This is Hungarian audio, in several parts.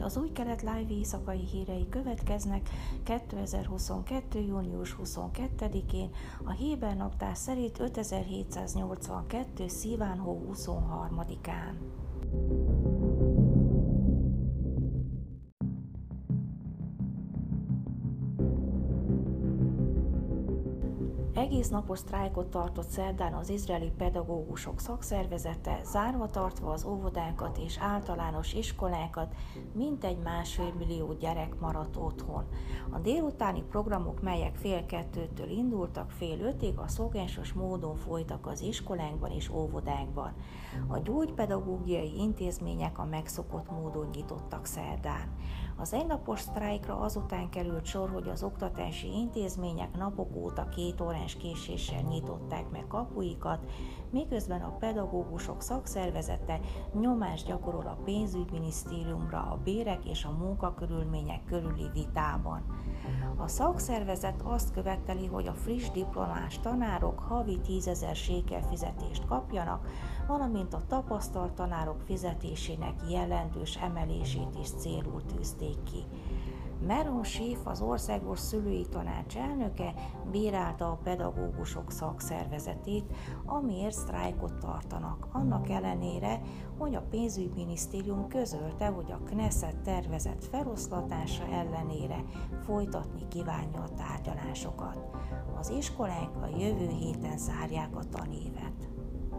Az Új Kelet Live éjszakai hírei következnek 2022. június 22-én, a Héber naptár szerint 5782. Sziván hó 23-án. Egész napos sztrájkot tartott szerdán az izraeli pedagógusok szakszervezete, zárva tartva az óvodákat és általános iskolákat, mintegy 1,5 millió gyerek maradt otthon. A délutáni programok, melyek 1:30-től indultak, 4:30-ig a szokásos módon folytak az iskolákban és óvodákban. A gyógypedagógiai intézmények a megszokott módon nyitottak szerdán. Az egynapos sztrájkra azután került sor, hogy az oktatási intézmények napok óta 2 órás késéssel nyitották meg kapuikat, miközben a pedagógusok szakszervezete nyomást gyakorol a pénzügyminisztériumra a bérek és a munkakörülmények körüli vitában. A szakszervezet azt követeli, hogy a friss diplomás tanárok havi 10 000 sékel fizetést kapjanak, valamint a tapasztalt tanárok fizetésének jelentős emelését is célul tűzték ki. Meron Schiff, az Országos Szülői Tanács elnöke bírálta a pedagógusok szakszervezetét, amiért sztrájkot tartanak, annak ellenére, hogy a pénzügyminisztérium közölte, hogy a Knesset tervezett feloszlatása ellenére folytatni kívánja a tárgyalásokat. Az iskolák a jövő héten zárják a tanévet.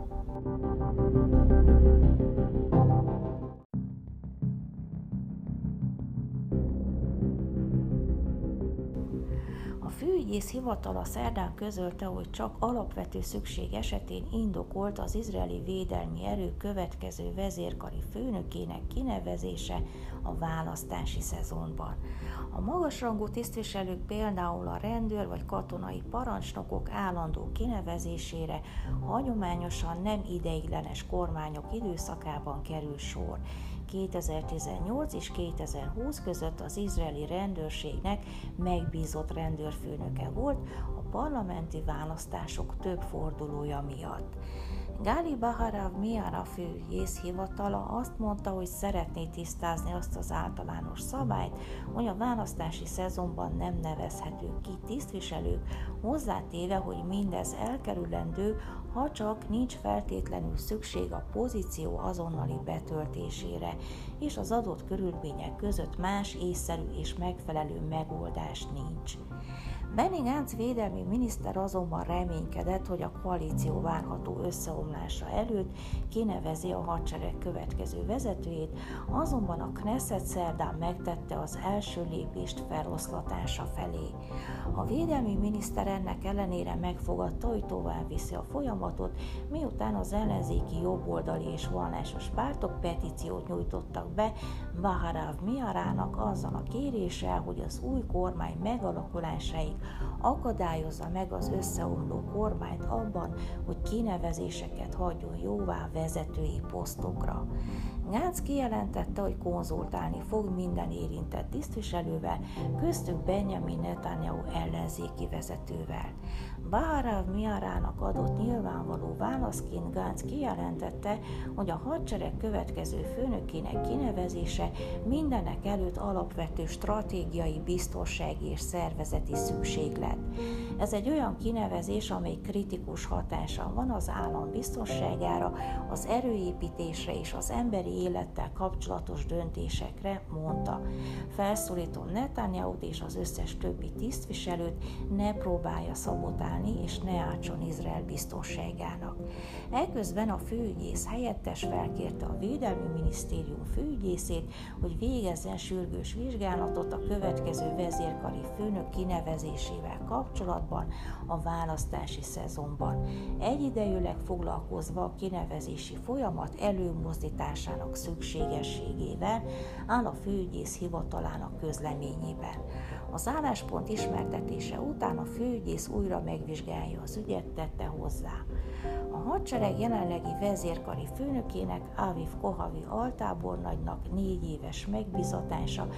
A főügyész hivatala szerdán közölte, hogy csak alapvető szükség esetén indokolt az izraeli védelmi erők következő vezérkari főnökének kinevezése a választási szezonban. A magasrangú tisztviselők, például a rendőr vagy katonai parancsnokok állandó kinevezésére hagyományosan nem ideiglenes kormányok időszakában kerül sor. 2018 és 2020 között az izraeli rendőrségnek megbízott rendőrfőnöke volt a parlamenti választások több fordulója miatt. Gali Baharav Miara főügyész hivatala azt mondta, hogy szeretné tisztázni azt az általános szabályt, hogy a választási szezonban nem nevezhetők ki tisztviselők, hozzátéve, hogy mindez elkerülendő, ha csak nincs feltétlenül szükség a pozíció azonnali betöltésére, és az adott körülmények között más észszerű és megfelelő megoldás nincs. Benny Gantz védelmi miniszter azonban reménykedett, hogy a koalíció várható összeomlása előtt kinevezi a hadsereg következő vezetőjét, azonban a Knesset szerdán megtette az első lépést feloszlatása felé. A védelmi miniszter ennek ellenére megfogadta, hogy tovább viszi a folyamatot, miután az ellenzéki jobboldali és vallásos pártok petíciót nyújtottak be Baharav Miarának azzal a kéréssel, hogy az új kormány megalakulásáig akadályozza meg az összeomló kormányt abban, hogy kinevezéseket hagyjon jóvá vezetői posztokra. Gantz kijelentette, hogy konzultálni fog minden érintett tisztviselővel, köztük Benjamin Netanyahu ellenzéki vezetővel. Baharav Miarának adott nyilvánvaló válaszként Gantz kijelentette, hogy a hadsereg következő főnökének kinevezése mindenek előtt alapvető stratégiai, biztonsági és szervezeti szükséglet. Ez egy olyan kinevezés, amely kritikus hatással van az állam biztonságára, az erőépítésre és az emberi élettel kapcsolatos döntésekre, mondta. Felszólítom Netanyahut és az összes többi tisztviselőt, ne próbálja szabotálni és ne átson Izrael biztonságának. Eközben a főügyész helyettes felkérte a Védelmi Minisztérium főügyészét, hogy végezzen sürgős vizsgálatot a következő vezérkari főnök kinevezésével kapcsolatban a választási szezonban. Egyidejűleg foglalkozva a kinevezési folyamat előmozdításának szükségességével áll a főügyész hivatalának közleményében. Az álláspont ismertetése után a főügyész újra megvizsgálja az ügyet, tette hozzá. A hadsereg jelenlegi vezérkari főnökének, Aviv Kohavi altábornagynak 4 éves megbízatása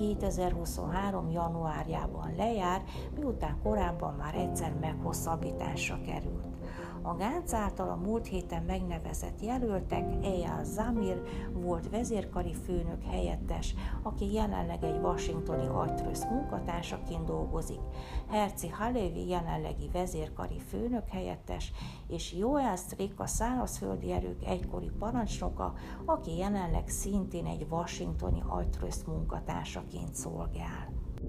2023. januárjában lejár, miután korábban már egyszer meghosszabbításra került. A Gánc által a múlt héten megnevezett jelöltek: Eyal Zamir volt vezérkari főnök helyettes, aki jelenleg egy washingtoni agytröszt munkatársaként dolgozik, Herzi Halevi jelenlegi vezérkari főnök helyettes, és Joel Strick a szárazföldi erők egykori parancsnoka, aki jelenleg szintén egy washingtoni agytröszt munkatársaként szolgál.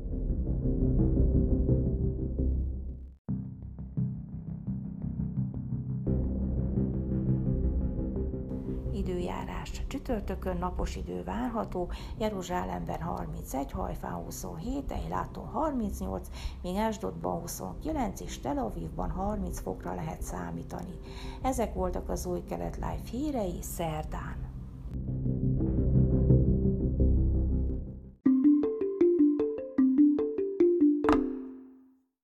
Időjárás: csütörtökön napos idő várható, Jeruzsálemben 31, Hajfán 27, Eiláton 38, míg Asdodban 29 és Tel Avivban 30 fokra lehet számítani. Ezek voltak az Új Kelet Live hírei szerdán.